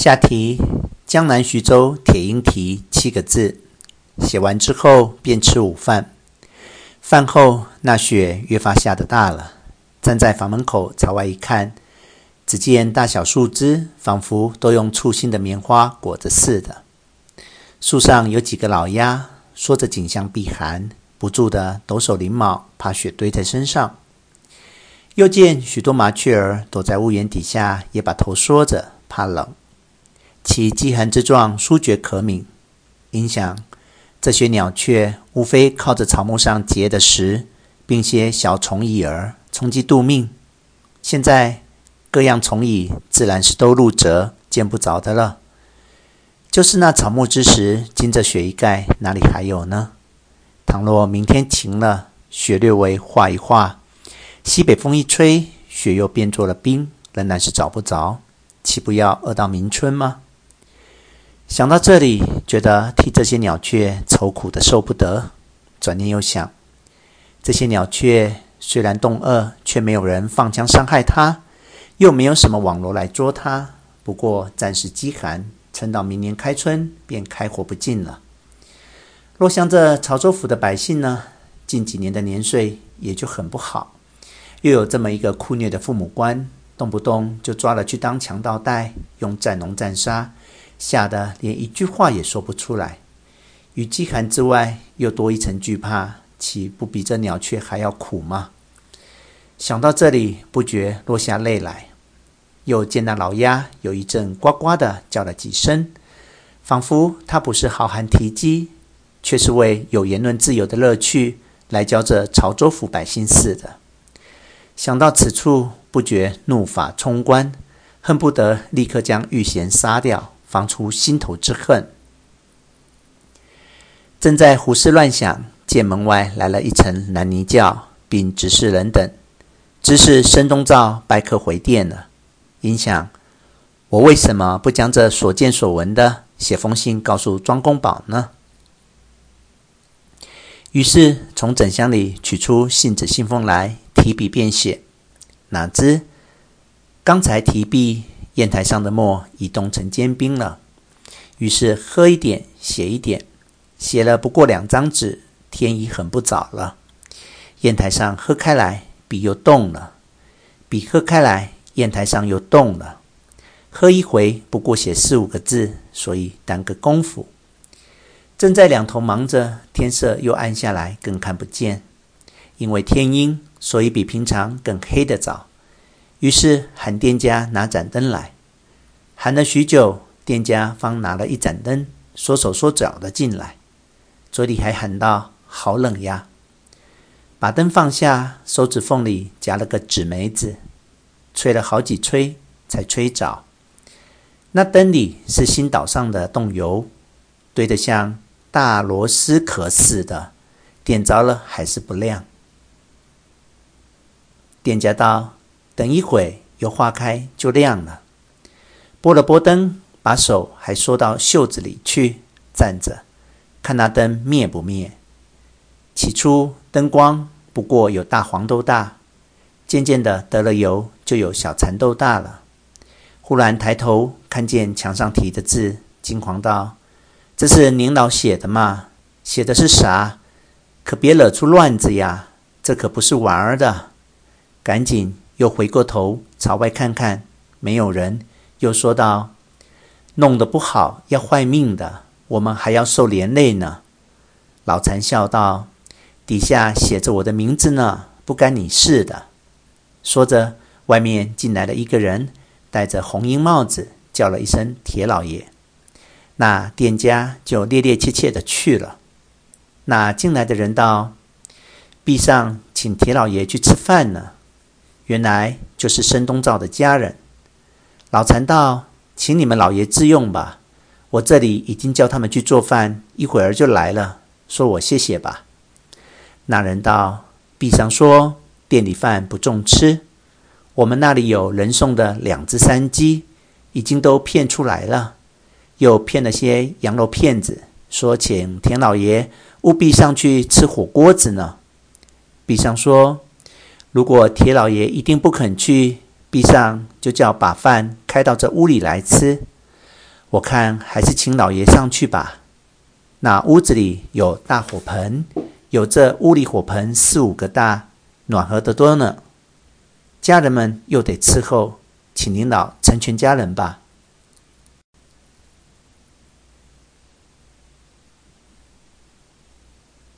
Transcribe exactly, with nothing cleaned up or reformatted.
下题：江南徐州铁鹰蹄七个字。写完之后便吃午饭。饭后那雪越发下得大了，站在房门口朝外一看，只见大小树枝仿佛都用粗心的棉花裹着似的。树上有几个老鸦说着景象避寒，不住地抖手翎毛，怕雪堆在身上。又见许多麻雀儿躲在屋檐底下，也把头缩着，怕冷。其饥寒之状殊觉可悯。因想这些鸟雀无非靠着草木上结的食，并些小虫蚁儿充饥度命。现在各样虫蚁自然是都入蛰，见不着的了。就是那草木之时，经着雪一盖，哪里还有呢？倘若明天晴了，雪略微化一化，西北风一吹，雪又变作了冰，仍然是找不着，岂不要饿到明春吗？想到这里，觉得替这些鸟雀愁苦的受不得。转念又想，这些鸟雀虽然冻饿，却没有人放枪伤害它，又没有什么网罗来捉它，不过暂时饥寒，撑到明年开春便开火不尽了。若像这潮州府的百姓呢，近几年的年岁也就很不好，又有这么一个酷虐的父母官，动不动就抓了去当强盗带，用战农战杀，吓得连一句话也说不出来。与饥寒之外，又多一层惧怕，岂不比这鸟雀还要苦吗？想到这里，不觉落下泪来。又见那老鸦有一阵呱呱的叫了几声，仿佛它不是好汉提鸡，却是为有言论自由的乐趣来教这潮州府百姓似的。想到此处，不觉怒发冲冠，恨不得立刻将玉贤杀掉，放出心头之恨。正在胡思乱想，见门外来了一乘南泥轿，并指示人等，知是申东照拜客回殿了。因想，我为什么不将这所见所闻的写封信告诉庄公宝呢？于是从枕箱里取出信纸信封来，提笔便写。哪知刚才提笔，砚台上的墨已冻成坚冰了。于是喝一点，写一点，写了不过两张纸，天已很不早了。砚台上喝开来，笔又动了；笔喝开来，砚台上又动了。喝一回不过写四五个字，所以耽搁功夫。正在两头忙着，天色又暗下来，更看不见。因为天阴，所以比平常更黑得早。于是喊店家拿盏灯来。喊了许久，店家方拿了一盏灯，说手说脚的进来，嘴里还喊道：“好冷呀！”把灯放下，手指缝里夹了个纸梅子，吹了好几吹，才吹着。那灯里是新岛上的冻油，堆得像大螺丝壳似的，点着了还是不亮。店家道：“等一会又化开就亮了。”拨了拨灯，把手还缩到袖子里去，站着看那灯灭不灭。起初灯光不过有大黄豆大，渐渐的得了油，就有小蚕豆大了。忽然抬头看见墙上题的字，惊慌道：“这是您老写的吗？写的是啥？可别惹出乱子呀，这可不是玩儿的。”赶紧又回过头朝外看看，没有人，又说道：“弄得不好要坏命的，我们还要受连累呢。”老残笑道：“底下写着我的名字呢，不干你事的。”说着，外面进来了一个人，戴着红缨帽子，叫了一声“铁老爷”。那店家就趔趔趄趄的去了。那进来的人道：“壁上请铁老爷去吃饭呢。”原来就是申东照的家人。老残道：“请你们老爷自用吧，我这里已经叫他们去做饭，一会儿就来了，说我谢谢吧。”那人道：“壁上说店里饭不重吃，我们那里有人送的两只山鸡，已经都骗出来了，又骗了些羊肉片子，说请田老爷务必上去吃火锅子呢。”壁上说：“如果铁老爷一定不肯去，壁上就叫把饭开到这屋里来吃。 我看还是请老爷上去吧。那屋子里有大火盆，有这屋里火盆四五个大，暖和得多呢。家人们又得伺候，请您老成全家人吧。